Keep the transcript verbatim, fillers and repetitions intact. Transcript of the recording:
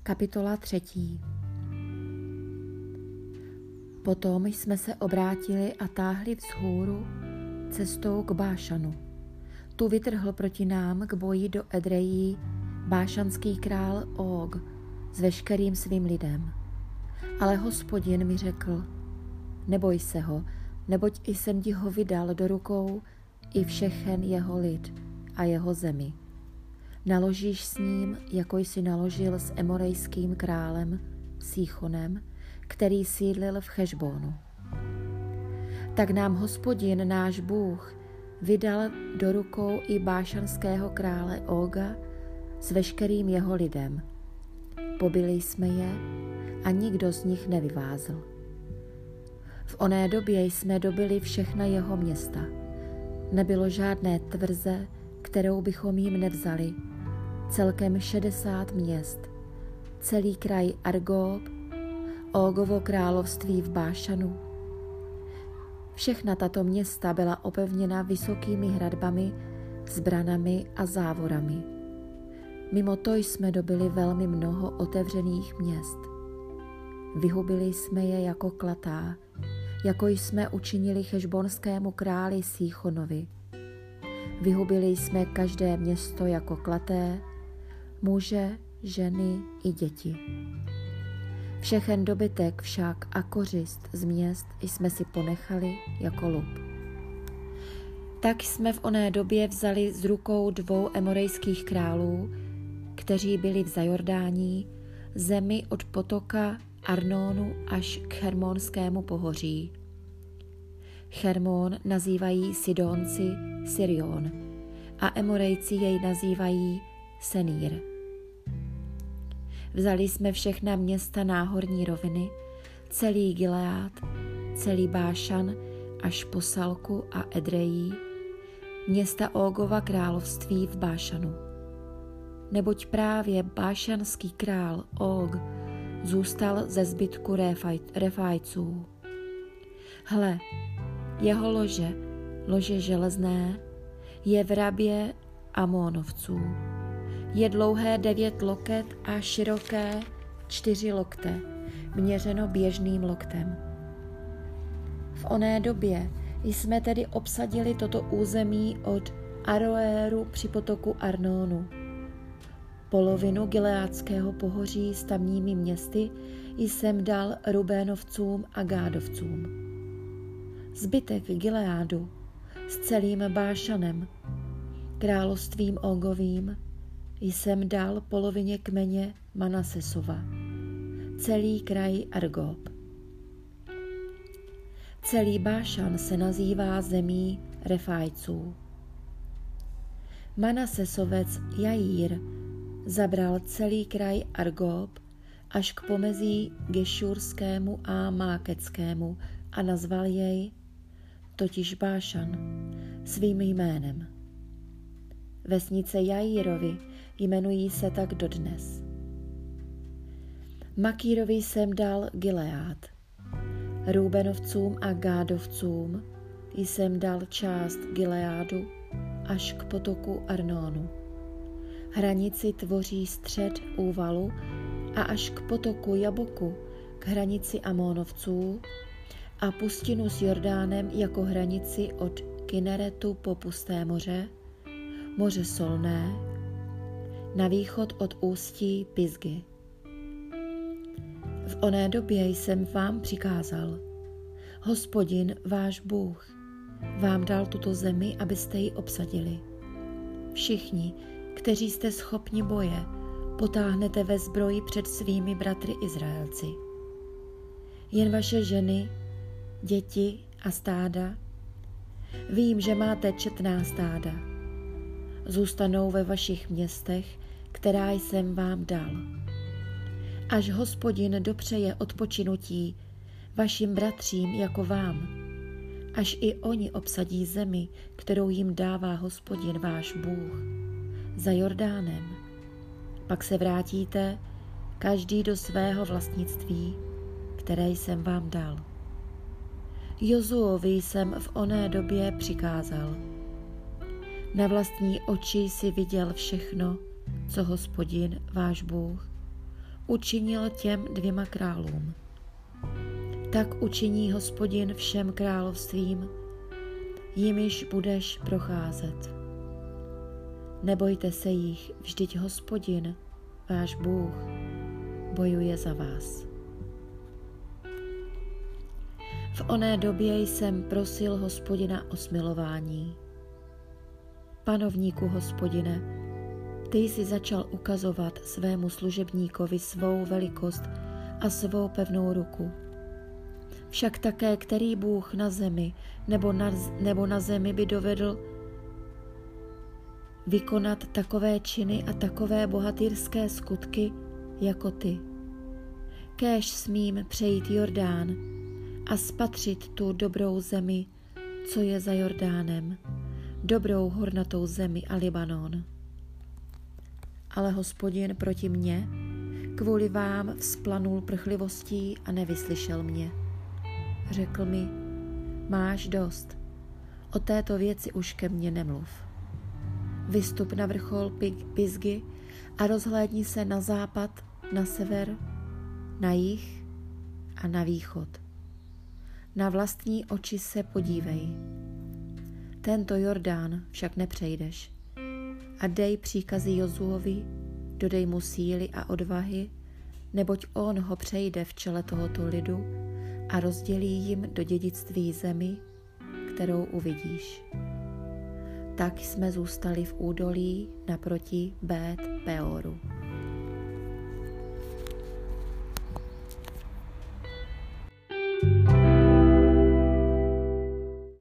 Kapitola třetí. Potom jsme se obrátili a táhli vzhůru cestou k Bášanu. Tu vytrhl proti nám k boji do Edrejí bášanský král Og s veškerým svým lidem. Ale Hospodin mi řekl, neboj se ho, neboť i jsem ti ho vydal do rukou i všechen jeho lid a jeho zemi. Naložíš s ním, jako jsi naložil s emorejským králem Síchonem, který sídlil v Chešbónu. Tak nám Hospodin, náš Bůh, vydal do rukou i bášanského krále Óga s veškerým jeho lidem. Pobili jsme je a nikdo z nich nevyvázl. V oné době jsme dobili všechna jeho města. Nebylo žádné tvrze, kterou bychom jim nevzali. Celkem šedesát měst, celý kraj Argób, Ógovo království v Bášanu. Všechna tato města byla opevněna vysokými hradbami, s branami a závorami. Mimo to jsme dobili velmi mnoho otevřených měst. Vyhubili jsme je jako klatá, jako jsme učinili chešbonskému králi Síchonovi. Vyhubili jsme každé město jako klaté, muže, ženy i děti. Všechen dobytek však a kořist z měst jsme si ponechali jako lup. Tak jsme v oné době vzali z rukou dvou emorejských králů, kteří byli v Zajordání, zemi od potoka Arnónu až k Hermonskému pohoří. Hermon nazývají Sidonci Sirion a Emorejci jej nazývají Senír. Vzali jsme všechna města náhorní roviny, celý Gileád, celý Bášan až po Salku a Edrejí, města Ógova království v Bášanu. Neboť právě bášanský král Og zůstal ze zbytku Refaj, Refajců. Hle, jeho lože, lože železné, je v rabě Amónovců. Je dlouhé devět loket a široké čtyři lokte, měřeno běžným loktem. V oné době jsme tedy obsadili toto území od Aroéru při potoku Arnónu. Polovinu Gileádského pohoří s tamními městy jsem dal Rubénovcům a Gádovcům. Zbytek Gileádu s celým Bášanem, královstvím Ógovým, jsem dal polovině kmeně Manasesova, celý kraj Argób. Celý Bášan se nazývá zemí Refajců. Manasesovec Jaír zabral celý kraj Argób až k pomezí Gešurskému a Mákeckému a nazval jej, totiž Bášan, svým jménem. Vesnice Jaírovi jmenují se tak dodnes. Makírovi jsem dal Gileád. Rúbenovcům a Gádovcům jsem dal část Gileádu až k potoku Arnónu. Hranici tvoří střed úvalu a až k potoku Jaboku k hranici Amónovců a pustinu s Jordánem jako hranici od Kineretu po Pusté moře, moře Solné, na východ od ústí Pisgy. V oné době jsem vám přikázal, Hospodin, váš Bůh, vám dal tuto zemi, abyste ji obsadili. Všichni, kteří jste schopni boje, potáhnete ve zbroji před svými bratry Izraelci. Jen vaše ženy, děti a stáda, vím, že máte četná stáda, zůstanou ve vašich městech, která jsem vám dal. Až Hospodin dopřeje odpočinutí vašim bratřím jako vám, až i oni obsadí zemi, kterou jim dává Hospodin váš Bůh, za Jordánem, pak se vrátíte každý do svého vlastnictví, které jsem vám dal. Jozuovi jsem v oné době přikázal. Na vlastní oči si viděl všechno, co Hospodin, váš Bůh, učinil těm dvěma králům. Tak učiní Hospodin všem královstvím, jimiž budeš procházet. Nebojte se jich, vždyť Hospodin, váš Bůh, bojuje za vás. V oné době jsem prosil Hospodina o smilování. Panovníku Hospodine, ty jsi začal ukazovat svému služebníkovi svou velikost a svou pevnou ruku. Však také který Bůh na zemi nebo na, nebo na zemi by dovedl vykonat takové činy a takové bohatýrské skutky jako ty. Kéž smím přejít Jordán a spatřit tu dobrou zemi, co je za Jordánem, dobrou hornatou zemi a Libanon. Ale Hospodin proti mně kvůli vám vzplanul prchlivostí a nevyslyšel mě. Řekl mi, máš dost, o této věci už ke mně nemluv. Vystup na vrchol Pisgy a rozhlédni se na západ, na sever, na jih a na východ. Na vlastní oči se podívej. Tento Jordán však nepřejdeš. A dej příkazy Jozuovi, dodej mu síly a odvahy, neboť on ho přejde v čele tohoto lidu a rozdělí jim do dědictví zemi, kterou uvidíš. Tak jsme zůstali v údolí naproti Bét Peoru.